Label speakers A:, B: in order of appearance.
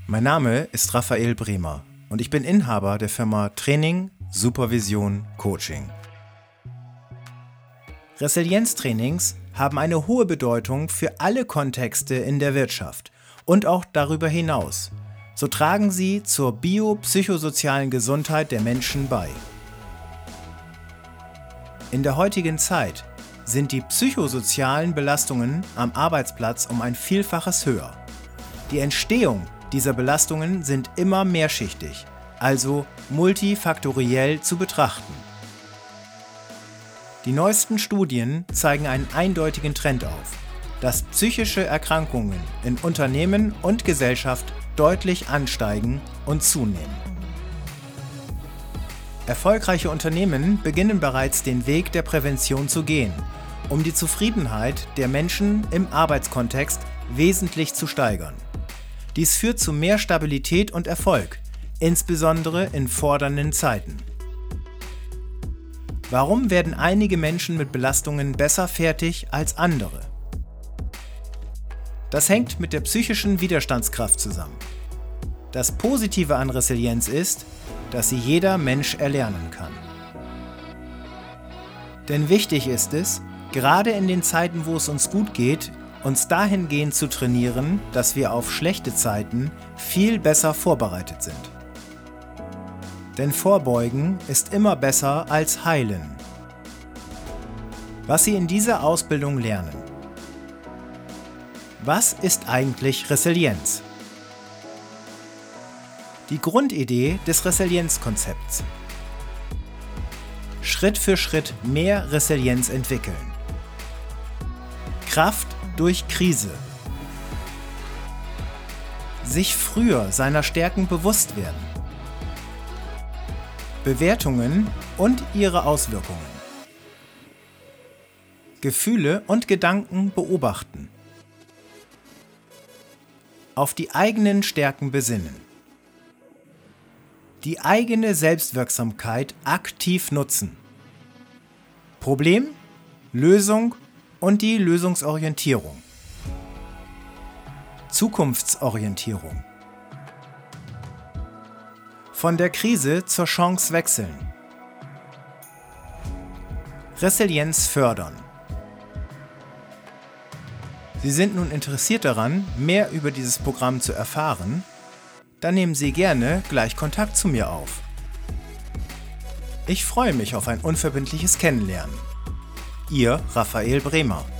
A: Mein Name ist Raphael Bremer und ich bin Inhaber der Firma Training, Supervision, Coaching. Resilienztrainings haben eine hohe Bedeutung für alle Kontexte in der Wirtschaft und auch darüber hinaus. So tragen sie zur biopsychosozialen Gesundheit der Menschen bei. In der heutigen Zeit sind die psychosozialen Belastungen am Arbeitsplatz um ein Vielfaches höher. Die Entstehung dieser Belastungen sind immer mehrschichtig, also multifaktoriell zu betrachten. Die neuesten Studien zeigen einen eindeutigen Trend auf, dass psychische Erkrankungen in Unternehmen und Gesellschaft deutlich ansteigen und zunehmen. Erfolgreiche Unternehmen beginnen bereits den Weg der Prävention zu gehen, um die Zufriedenheit der Menschen im Arbeitskontext wesentlich zu steigern. Dies führt zu mehr Stabilität und Erfolg, insbesondere in fordernden Zeiten. Warum werden einige Menschen mit Belastungen besser fertig als andere? Das hängt mit der psychischen Widerstandskraft zusammen. Das Positive an Resilienz ist, dass sie jeder Mensch erlernen kann. Denn wichtig ist es, gerade in den Zeiten, wo es uns gut geht, uns dahingehend zu trainieren, dass wir auf schlechte Zeiten viel besser vorbereitet sind. Denn Vorbeugen ist immer besser als Heilen. Was Sie in dieser Ausbildung lernen. Was ist eigentlich Resilienz? Die Grundidee des Resilienzkonzepts. Schritt für Schritt mehr Resilienz entwickeln. Kraft durch Krise. Sich früher seiner Stärken bewusst werden. Bewertungen und ihre Auswirkungen. Gefühle und Gedanken beobachten. Auf die eigenen Stärken besinnen. Die eigene Selbstwirksamkeit aktiv nutzen. Problem, Lösung und die Lösungsorientierung. Zukunftsorientierung. Von der Krise zur Chance wechseln. Resilienz fördern. Sie sind nun interessiert daran, mehr über dieses Programm zu erfahren? Dann nehmen Sie gerne gleich Kontakt zu mir auf. Ich freue mich auf ein unverbindliches Kennenlernen. Ihr Raphael Bremer.